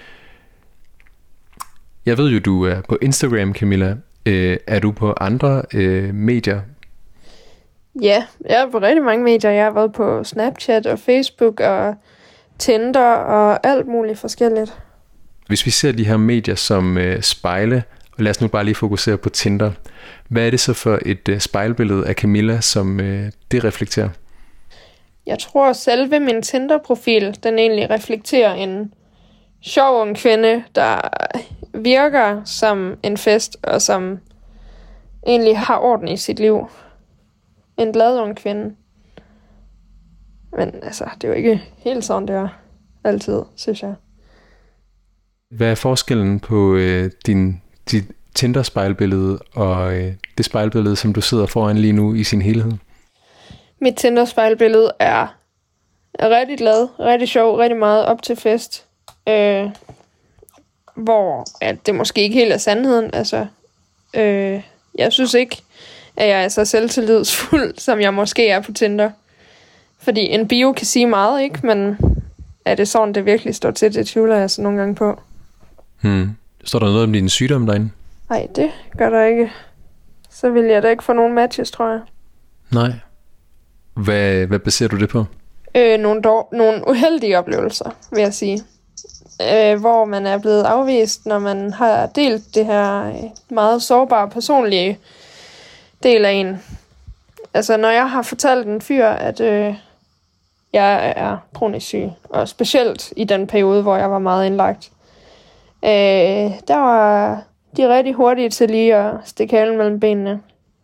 Jeg ved jo, du er på Instagram, Camilla. Øh, er du på andre øh, medier? Ja, jeg er på rigtig mange medier. Jeg har været på Snapchat og Facebook og Tinder og alt muligt forskelligt. Hvis vi ser de her medier som øh, spejle, og lad os nu bare lige fokusere på Tinder. Hvad er det så for et øh, spejlbillede af Camilla, som øh, det reflekterer? Jeg tror selve min Tinder-profil, den egentlig reflekterer en sjov ung kvinde, der virker som en fest, og som egentlig har orden i sit liv. En glad ung kvinde. Men altså, det er jo ikke helt sådan, det er altid, synes jeg. Hvad er forskellen på øh, din, dit Tinder-spejlbillede og øh, det spejlbillede, som du sidder foran lige nu i sin helhed? Mit Tinder-spejlbillede er, er rigtig glad, rigtig sjov, rigtig meget op til fest. Øh, hvor at det måske ikke helt er sandheden. Altså, øh, jeg synes ikke, at jeg er så selvtillidsfuld, som jeg måske er på Tinder. Fordi en bio kan sige meget, ikke? Men er det sådan, det virkelig står til? Det tvivler jeg så nogle gange på. Hmm. Står der noget om din sygdom derinde? Nej, det gør der ikke. Så vil jeg da ikke få nogen matches, tror jeg. Nej. Hvad, hvad baserer du det på? Øh, nogle, dår, nogle uheldige oplevelser, vil jeg sige. Øh, hvor man er blevet afvist, når man har delt det her meget sårbare personlige del af en. Altså, når jeg har fortalt en fyr, at øh, jeg er kronisk syg, og specielt i den periode, hvor jeg var meget indlagt, øh, der var de rigtig hurtige til lige at stikke halen mellem benene,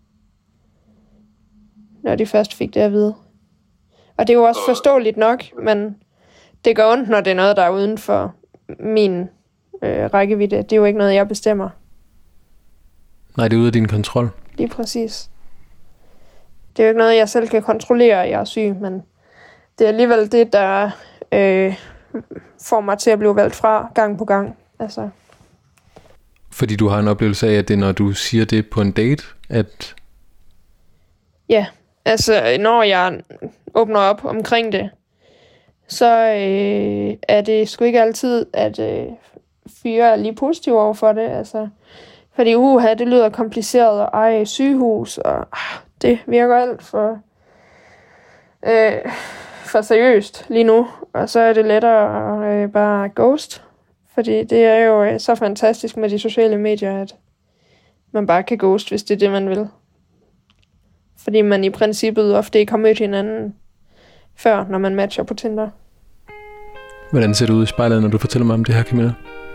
når de først fik det at vide. Og det er jo også forståeligt nok, men det gør ondt, når det er noget, der er uden for min øh, rækkevidde. Det er jo ikke noget, jeg bestemmer. Nej, det er ude af din kontrol. Lige præcis. Det er jo ikke noget, jeg selv kan kontrollere, at jeg er syg, men det er alligevel det, der øh, får mig til at blive valgt fra gang på gang. Altså. Fordi du har en oplevelse af, at det er, når du siger det på en date, at... Ja, altså når jeg åbner op omkring det, så øh, er det sgu ikke altid, at øh, fyre er lige positive over for det. Altså, fordi uha, det lyder kompliceret, og ej, sygehus, og ah, det virker alt for, øh, for seriøst lige nu. Og så er det lettere at øh, bare ghost. Fordi det er jo øh, så fantastisk med de sociale medier, at man bare kan ghost, hvis det er det, man vil. Fordi man i princippet ofte ikke har mødt hinanden før, når man matcher på Tinder. Hvordan ser det ud i spejlet, når du fortæller mig om det her, Camilla?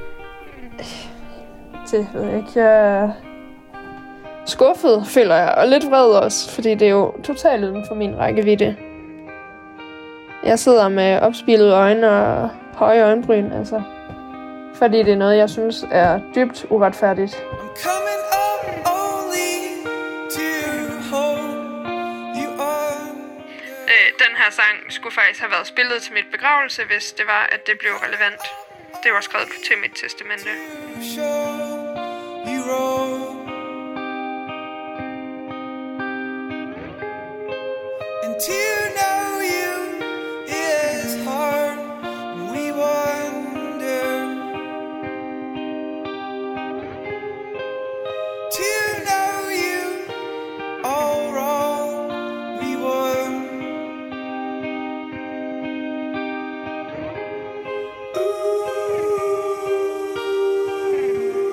Det ved jeg ikke. Jeg er skuffet, føler jeg, og lidt vred også, fordi det er jo totalt uden for min rækkevidde. Jeg sidder med opspilede øjne og høje øjenbryn, altså. Fordi det er noget, jeg synes er dybt uretfærdigt. I'm coming up only to hold you on. Øh, den her sang skulle faktisk have været spillet til mit begravelse, hvis det var, at det blev relevant. Det var skrevet til mit testamente. Show you roll. And to know you is hard. We wonder. To know you all wrong. We wonder. Ooh.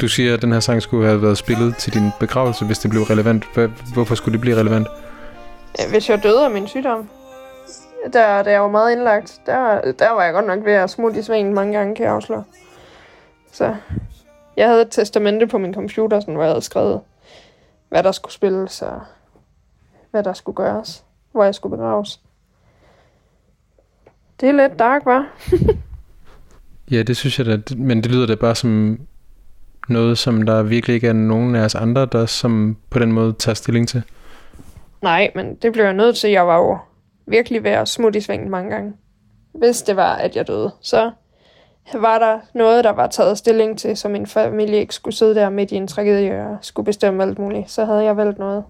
Du siger, at den her sang skulle have været spillet til din begravelse, hvis det blev relevant. Hvorfor skulle det blive relevant? Hvis jeg døde af min sygdom, der, da jeg var meget indlagt, der, der var jeg godt nok ved at smutte i svingen mange gange, kan jeg afsløre. Så jeg havde et testamente på min computer, sådan, hvor jeg havde skrevet, hvad der skulle spilles og hvad der skulle gøres, hvor jeg skulle begraves. Det er lidt dark, hva'? Ja, det synes jeg da, men det lyder da bare som noget, som der virkelig ikke er nogen af os andre, der som på den måde tager stilling til. Nej, men det blev jeg nødt til. Jeg var jo virkelig ved at smutte i svingen mange gange. Hvis det var, at jeg døde, så var der noget, der var taget stilling til, så min familie ikke skulle sidde der midt i en tragedie og skulle bestemme alt muligt. Så havde jeg valgt noget.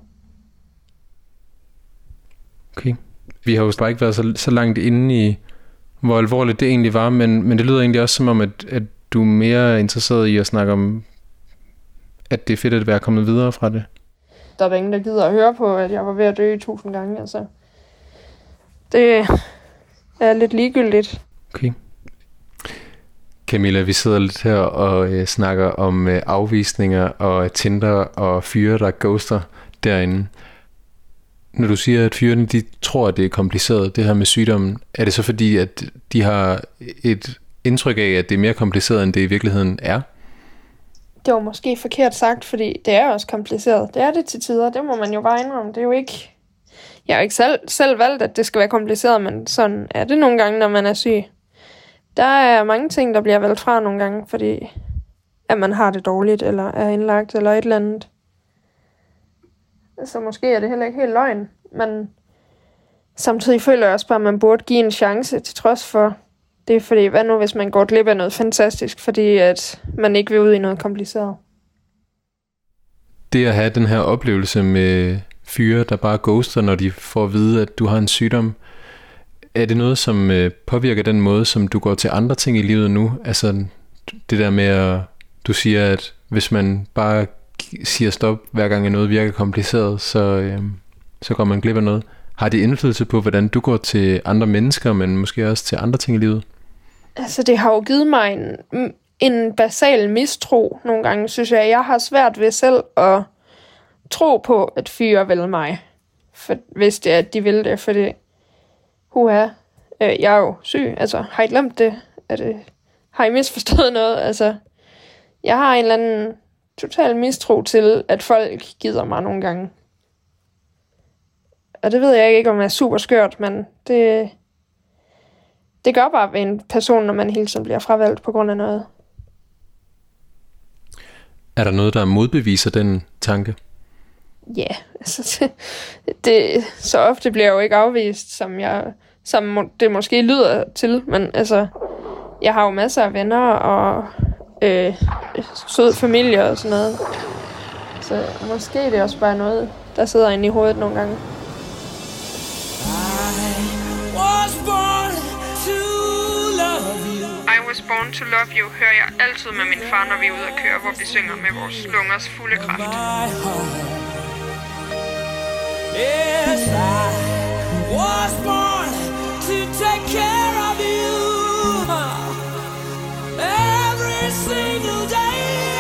Okay. Vi har jo bare ikke været så, så langt inde i, hvor alvorligt det egentlig var, men, men det lyder egentlig også som om, at, at du er mere interesseret i at snakke om, at det er fedt at være kommet videre fra det. Der er der ingen, der gider at høre på, at jeg var ved at dø tusind gange. Altså. Det er lidt ligegyldigt. Okay. Camilla, vi sidder lidt her og øh, snakker om øh, afvisninger og Tinder og fyre, der ghoster derinde. Når du siger, at fyrene de tror, at det er kompliceret, det her med sygdommen, er det så fordi, at de har et indtryk af, at det er mere kompliceret, end det i virkeligheden er? Det var måske forkert sagt, fordi det er også kompliceret. Det er det til tider, det må man jo bare indrømme. Det er jo ikke... Jeg har ikke selv, selv valgt, at det skal være kompliceret, men sådan er det nogle gange, når man er syg. Der er mange ting, der bliver valgt fra nogle gange, fordi at man har det dårligt, eller er indlagt, eller et eller andet. Så måske er det heller ikke helt løgn, men samtidig føler jeg også bare, at man burde give en chance til trods for det. Fordi hvad nu, hvis man går glip af noget fantastisk, fordi at man ikke vil ud i noget kompliceret? Det at have den her oplevelse med fyre, der bare ghoster, når de får at vide, at du har en sygdom, er det noget, som påvirker den måde, som du går til andre ting i livet nu? Altså det der med, at du siger, at hvis man bare siger stop, hver gang noget virker kompliceret, så, øh, så går man glip af noget. Har det indflydelse på, hvordan du går til andre mennesker, men måske også til andre ting i livet? Altså, det har jo givet mig en, en basal mistro nogle gange, synes jeg. Jeg har svært ved selv at tro på, at fyre vil mig. For, hvis det er, at de vil det, for det... Huha, øh, jeg er jo syg. Altså, har I glemt det? Er det... Har I misforstået noget? Altså, jeg har en eller anden total mistro til, at folk gider mig nogle gange. Og det ved jeg ikke, om jeg er super skørt, men det, det gør bare ved en person, når man hele tiden bliver fravalgt på grund af noget. Er der noget, der modbeviser den tanke? Ja, yeah, altså det, det, så ofte bliver jeg jo ikke afvist, som, jeg, som det måske lyder til, men altså, jeg har jo masser af venner og øh, sød familie og sådan noget. Så måske det er også bare noget, der sidder inde i hovedet nogle gange. I was born to love you hører jeg altid med min far, når vi er ude at køre, hvor vi synger med vores lungers fulde kraft. Yes, I was born to take care of you every single day.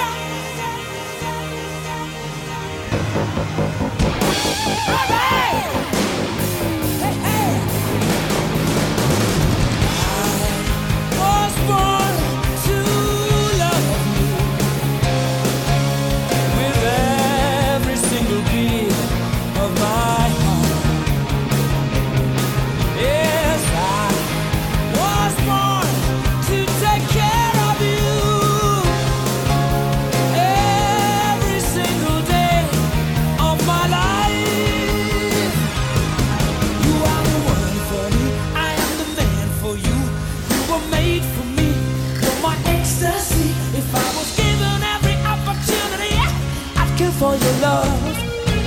Hey, hey, hey. I was born to love you with every single beat of my heart. Yes, I was born to take care of you every single day of my life. You are the one for me, I am the man for you. You were made for me, you're my ecstasy. If I was given every opportunity, I'd kill for your love.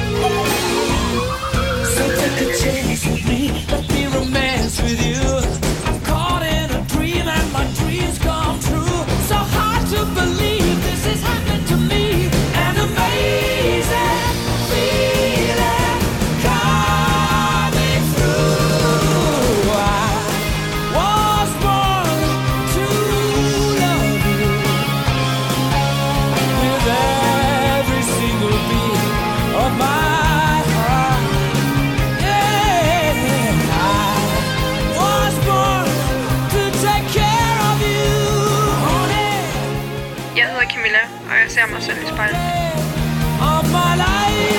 So take a chance with me, let me romance with you. I'm caught in a dream and my dreams come true. So hard to believe this is happening to me. An amazing feeling coming through. I was born to love you with Camilla, og jeg ser mig selv i spejlet. Of my life,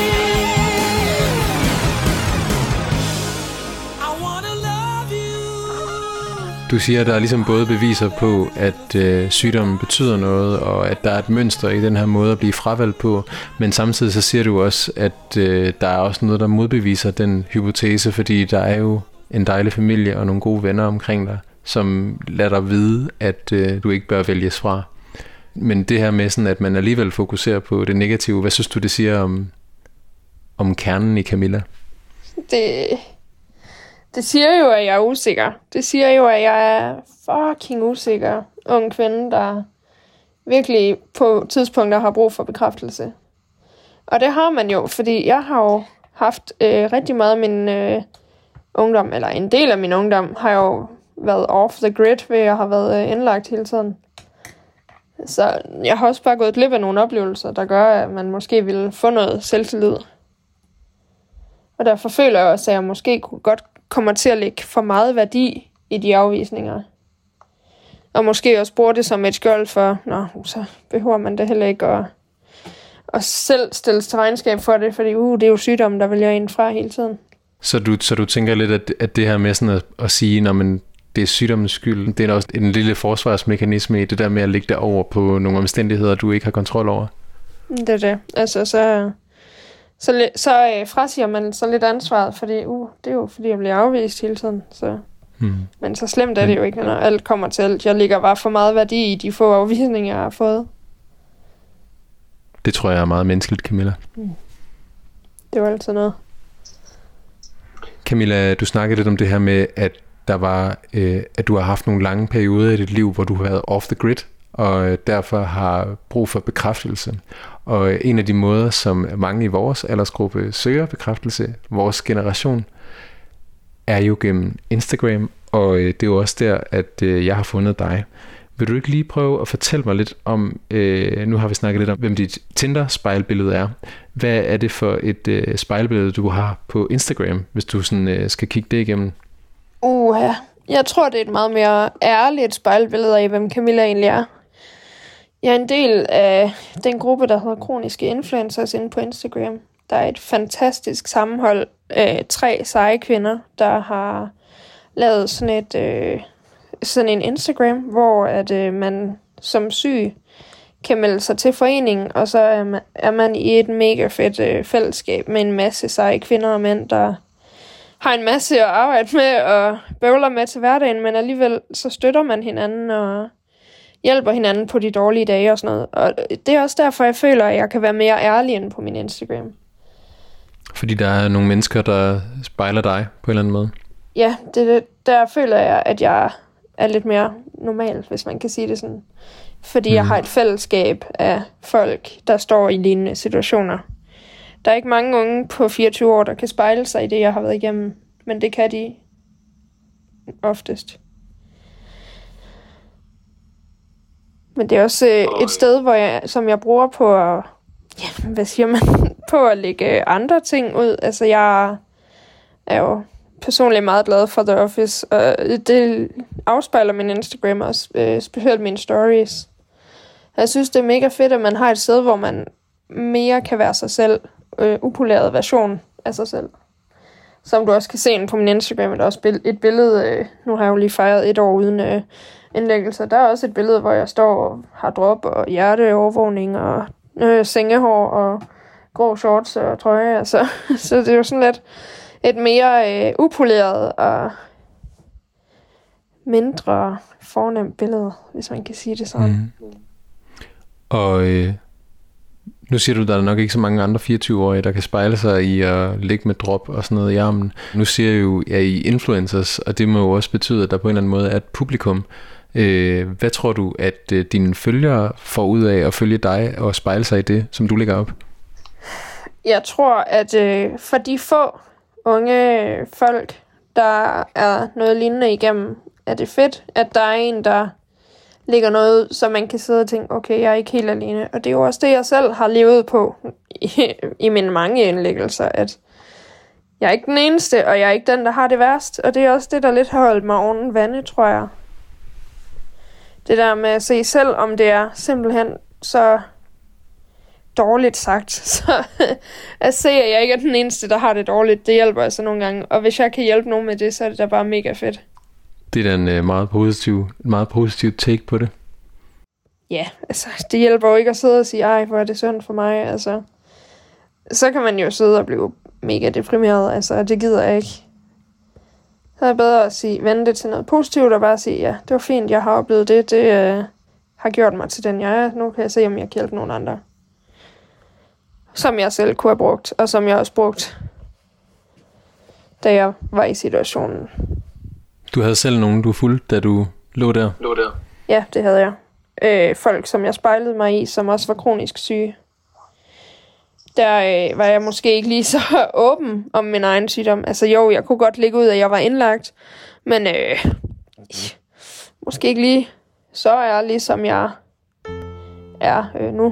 I wanna love you. Du siger, at der er ligesom både beviser på, at øh, sygdommen betyder noget, og at der er et mønster i den her måde at blive fravalgt på, men samtidig så siger du også, at øh, der er også noget, der modbeviser den hypotese, fordi der er jo en dejlig familie og nogle gode venner omkring dig, som lader dig vide, at øh, du ikke bør vælges fra. Men det her med sådan, at man alligevel fokuserer på det negative, hvad synes du, det siger om, om kernen i Camilla? Det, det siger jo, at jeg er usikker. Det siger jo, at jeg er fucking usikker. Ung kvinde, der virkelig på tidspunkter har brug for bekræftelse. Og det har man jo, fordi jeg har jo haft øh, rigtig meget af min øh, ungdom, eller en del af min ungdom, har jo været off the grid, ved at have været øh, indlagt hele tiden. Så jeg har også bare gået glip af nogle oplevelser, der gør, at man måske ville få noget selvtillid. Og derfor føler jeg også, at jeg måske godt kommer til at lægge for meget værdi i de afvisninger. Og måske også bruger det som et skjold for, nå, så behøver man det heller ikke at, at selv stille til regnskab for det, fordi uh, det er jo sygdommen, der vælger en fra hele tiden. Så du, så du tænker lidt, at, at det her med sådan at, at sige, når man det er sygdommens skyld, det er også en lille forsvarsmekanisme i det der med at lægge det over på nogle omstændigheder, du ikke har kontrol over? Det er det. Altså, så, så, så øh, frasiger man så lidt ansvaret, fordi uh, det er jo fordi, jeg bliver afvist hele tiden. Så. Hmm. Men så slemt er det jo ikke, når alt kommer til alt. Jeg ligger bare for meget værdi i de få afvisninger, jeg har fået. Det tror jeg er meget menneskeligt, Camilla. Hmm. Det var altid noget. Camilla, du snakkede lidt om det her med, at der var, øh, at du har haft nogle lange perioder i dit liv, hvor du har været off the grid, og øh, derfor har brug for bekræftelse. Og øh, en af de måder, som mange i vores aldersgruppe søger bekræftelse, vores generation, er jo gennem Instagram, og øh, det er jo også der, at øh, jeg har fundet dig. Vil du ikke lige prøve at fortælle mig lidt om, øh, nu har vi snakket lidt om, hvem dit Tinder-spejlbillede er. Hvad er det for et øh, spejlbillede, du har på Instagram, hvis du sådan, øh, skal kigge det igennem? Uh, ja. Jeg tror, det er et meget mere ærligt spejlbillede af, hvem Camilla egentlig er. Jeg er en del af den gruppe, der hedder Kroniske Influencers inde på Instagram. Der er et fantastisk sammenhold af tre seje kvinder, der har lavet sådan, et, øh, sådan en Instagram, hvor at, øh, man som syg kan melde sig til foreningen, og så er man, er man i et mega fedt øh, fællesskab med en masse seje kvinder og mænd, der har en masse at arbejde med og bøvler med til hverdagen, men alligevel så støtter man hinanden og hjælper hinanden på de dårlige dage og sådan noget. Og det er også derfor, jeg føler, at jeg kan være mere ærlig end på min Instagram. Fordi der er nogle mennesker, der spejler dig på en eller anden måde? Ja, det, der føler jeg, at jeg er lidt mere normal, hvis man kan sige det sådan. Fordi mm. jeg har et fællesskab af folk, der står i lignende situationer. Der er ikke mange unge på fireogtyve år, der kan spejle sig i det, jeg har været igennem. Men det kan de oftest. Men det er også øh, et sted, hvor jeg, som jeg bruger på at, ja, hvad siger man, på at lægge andre ting ud. Altså, jeg er jo personligt meget glad for The Office, og det afspejler min Instagram også, øh, specielt mine stories. Jeg synes, det er mega fedt, at man har et sted, hvor man mere kan være sig selv, øh, upoleret version af sig selv. Som du også kan se på min Instagram, er der også et billede, øh, nu har jeg jo lige fejret et år uden øh, indlæggelser, der er også et billede, hvor jeg står og har drop og hjerteovervågning og øh, sengehår og grå shorts og trøje. Altså. Så det er jo sådan lidt et mere øh, upoleret og mindre fornemt billede, hvis man kan sige det sådan. Mm. Og øh, nu siger du, der er nok ikke så mange andre fireogtyve-årige, der kan spejle sig i at ligge med drop og sådan noget i armen. Nu siger jeg jo, at I er influencers, og det må jo også betyde, at der på en eller anden måde er et publikum. Øh, hvad tror du, at øh, dine følgere får ud af at følge dig og spejle sig i det, som du lægger op? Jeg tror, at øh, for de få unge folk, der er noget lignende igennem, er det fedt, at der er en, der ligger noget, så man kan sidde og tænke, okay, jeg er ikke helt alene. Og det er jo også det, jeg selv har levet på i, i mine mange indlæggelser, at jeg er ikke den eneste, og jeg er ikke den, der har det værst. Og det er også det, der lidt har holdt mig oven vande, tror jeg. Det der med at se selv, om det er simpelthen så dårligt sagt, så at se, at jeg ikke er den eneste, der har det dårligt, det hjælper altså nogle gange. Og hvis jeg kan hjælpe nogen med det, så er det da bare mega fedt. Det er da en meget positiv, meget positiv take på det. Ja, altså, det hjælper jo ikke at sidde og sige, ej, hvor er det synd for mig, altså. Så kan man jo sidde og blive mega deprimeret, altså, det gider jeg ikke. Så er det bedre at sige, vende det til noget positivt, og bare sige, ja, det var fint, jeg har oplevet det, det øh, har gjort mig til den, jeg er. Nu kan jeg se, om jeg kan hjælpe nogen andre. Som jeg selv kunne have brugt, og som jeg også brugt, da jeg var i situationen. Du havde selv nogen, du fulgte, da du lå der? Lå der. Ja, det havde jeg. Øh, folk, som jeg spejlede mig i, som også var kronisk syge. Der øh, var jeg måske ikke lige så åben om min egen sygdom. Altså jo, jeg kunne godt ligge ud, at jeg var indlagt, men øh, måske ikke lige så ærlig, som jeg er øh, nu.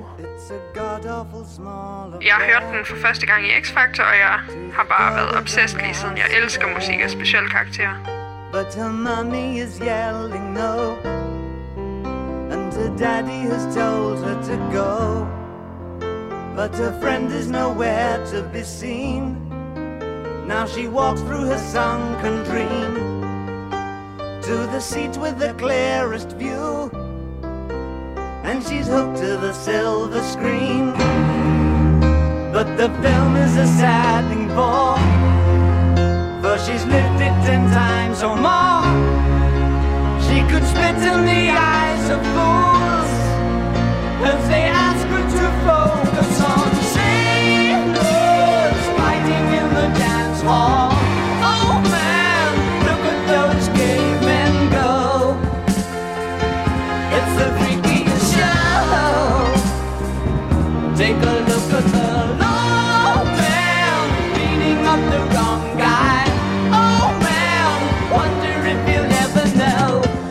Jeg har hørt den for første gang i X-Factor, og jeg har bare været obsessed lige siden. Jeg elsker musik og specielle karakterer. But her mommy is yelling no, and her daddy has told her to go. But her friend is nowhere to be seen. Now she walks through her sunken dream to the seat with the clearest view, and she's hooked to the silver screen. But the film is a sad thing for, for she's lived it ten times or more. She could spit in the eyes of fools as they ask her to focus on sailors fighting in the dance hall. Oh man, look at those cavemen go. It's the freakiest show. Take a look at the low man beating up the wrong guy. Oh man, wonder if you'll ever know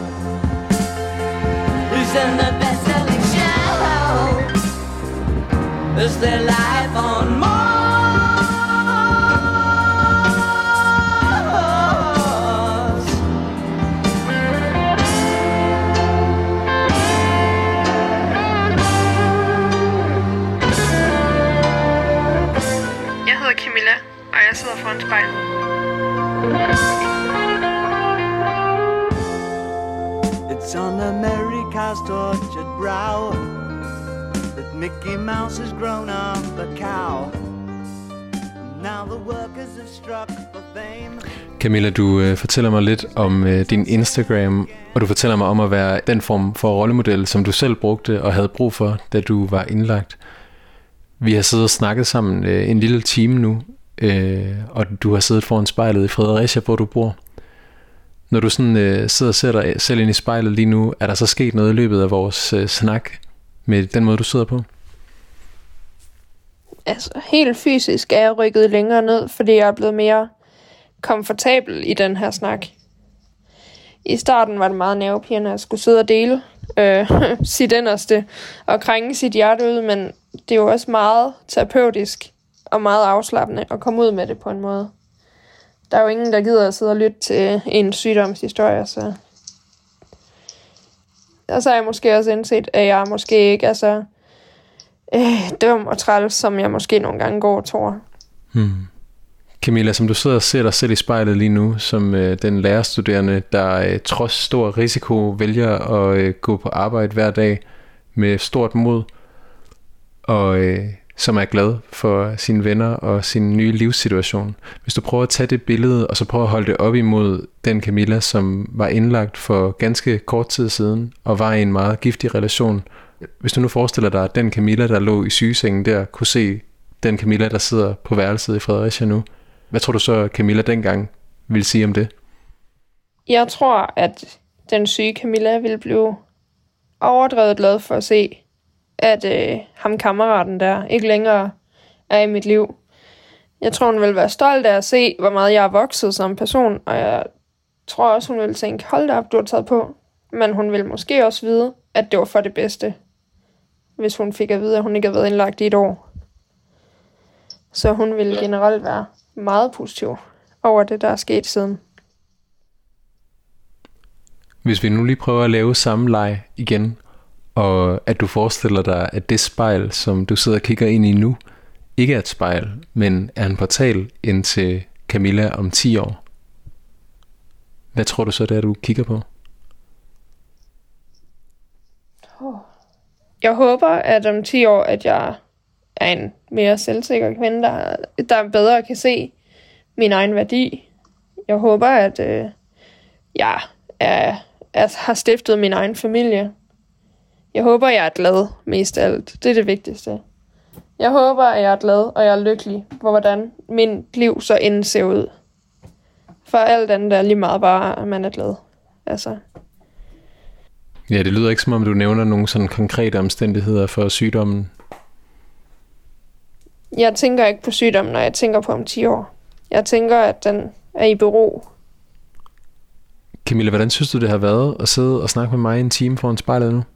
who's in the best-selling show. Is their life on Mars? Jeg hedder Camilla, og jeg sidder foran spejlet. It's on America's tortured brow that Mickey Mouse has grown up a cow. Now the workers have struck for fame. Camilla, du øh, fortæller mig lidt om øh, din Instagram, og du fortæller mig om at være den form for rollemodel, som du selv brugte og havde brug for, da du var indlagt. Vi har siddet og snakket sammen øh, en lille time nu, øh, og du har siddet foran spejlet i Fredericia, hvor du bor. Når du sådan øh, sidder og ser dig selv ind i spejlet lige nu, er der så sket noget i løbet af vores øh, snak med den måde, du sidder på? Altså, helt fysisk er jeg rykket længere ned, fordi jeg er blevet mere komfortabel i den her snak. I starten var det meget nervepirrende at skulle sidde og dele øh, sit inderste og krænge sit hjerte ud, men det er jo også meget terapeutisk og meget afslappende at komme ud med det på en måde. Der er jo ingen, der gider at sidde og lytte til en sygdomshistorie, så... Og så har jeg måske også indset, at jeg måske ikke er så øh, dum og træls, som jeg måske nogle gange går og tror. Hmm. Camilla, som du sidder og ser dig selv i spejlet lige nu, som øh, den lærerstuderende, der øh, trods stor risiko vælger at øh, gå på arbejde hver dag med stort mod, og øh, som er glad for sine venner og sin nye livssituation. Hvis du prøver at tage det billede, og så prøver at holde det op imod den Camilla, som var indlagt for ganske kort tid siden, og var i en meget giftig relation. Hvis du nu forestiller dig, at den Camilla, der lå i sygesengen der, kunne se den Camilla, der sidder på værelset i Fredericia nu, hvad tror du så, Camilla dengang ville sige om det? Jeg tror, at den syge Camilla ville blive overdrevet glad for at se, at øh, ham kammeraten der ikke længere er i mit liv. Jeg tror, hun vil være stolt af at se, hvor meget jeg er vokset som person, og jeg tror også, hun vil tænke, hold da op, du har taget på. Men hun vil måske også vide, at det var for det bedste, hvis hun fik at vide, at hun ikke har været indlagt i et år. Så hun vil generelt være meget positiv over det, der er sket siden. Hvis vi nu lige prøver at lave samme leg igen, Og at du forestiller dig, at det spejl, som du sidder og kigger ind i nu, ikke er et spejl, men er en portal ind til Camilla om ti år. Hvad tror du så, det er, du kigger på? Jeg håber, at om ti år, at jeg er en mere selvsikker kvinde, der, der bedre kan se min egen værdi. Jeg håber, at øh, jeg er, er, har stiftet min egen familie. Jeg håber, jeg er glad mest af alt. Det er det vigtigste. Jeg håber, at jeg er glad, og jeg er lykkelig for, hvordan min liv så end ser ud. For alt andet er lige meget bare, at man er glad. Altså. Ja, det lyder ikke som om, du nævner nogle sådan konkrete omstændigheder for sygdommen. Jeg tænker ikke på sygdommen, når jeg tænker på om ti år. Jeg tænker, at den er i bero. Camilla, hvordan synes du, det har været at sidde og snakke med mig en time foran spejlet nu?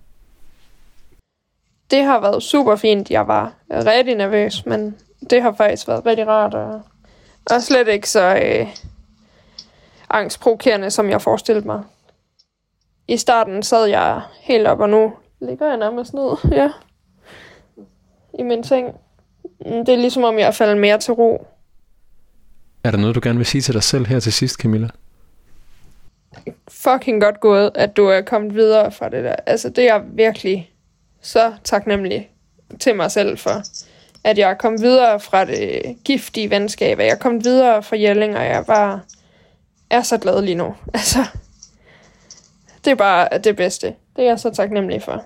Det har været super fint. Jeg var rigtig nervøs, men det har faktisk været rigtig rart. Og, og slet ikke så øh, angstprovokerende, som jeg forestillede mig. I starten sad jeg helt op, og nu ligger jeg nærmest ned, ja, i min seng. Det er ligesom om, jeg er faldet mere til ro. Er der noget, du gerne vil sige til dig selv her til sidst, Camilla? Fucking godt gået, at du er kommet videre fra det der. Altså, det er jeg virkelig så taknemmelig til mig selv for. At jeg er kommet videre fra det giftige venskab, at jeg er kommet videre fra Jelling, og jeg bare er så glad lige nu. Altså, det er bare det bedste. Det er jeg så taknemmelig for.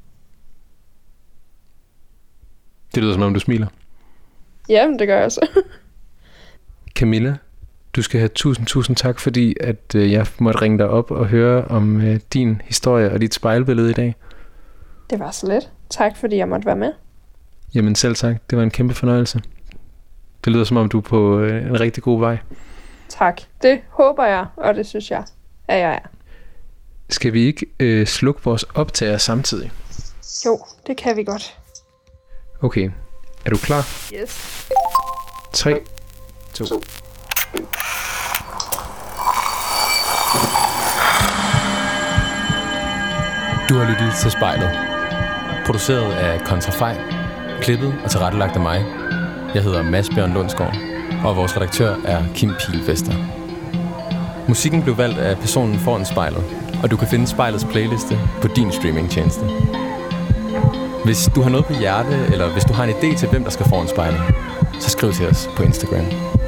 Det lyder som om, du smiler. Jamen, det gør jeg så. Camilla, du skal have tusind, tusind tak, fordi at øh, jeg måtte ringe dig op og høre om øh, din historie og dit spejlbillede i dag. Det var så let. Tak, fordi jeg måtte være med. Jamen selv tak. Det var en kæmpe fornøjelse. Det lyder som om, du er på øh, en rigtig god vej. Tak. Det håber jeg, og det synes jeg, at jeg er. Skal vi ikke øh, slukke vores optager samtidig? Jo, det kan vi godt. Okay. Er du klar? Yes. tre, to. Du har lyttet til Spejlet. Produceret af Kontrafej, klippet og tilrettelagt af mig. Jeg hedder Mads Bjørn Lundsgaard, og vores redaktør er Kim Pilvester. Musikken blev valgt af personen foran spejlet, og du kan finde Spejlets playliste på din streamingtjeneste. Hvis du har noget på hjerte, eller hvis du har en idé til, hvem der skal foran spejlet, så skriv til os på Instagram.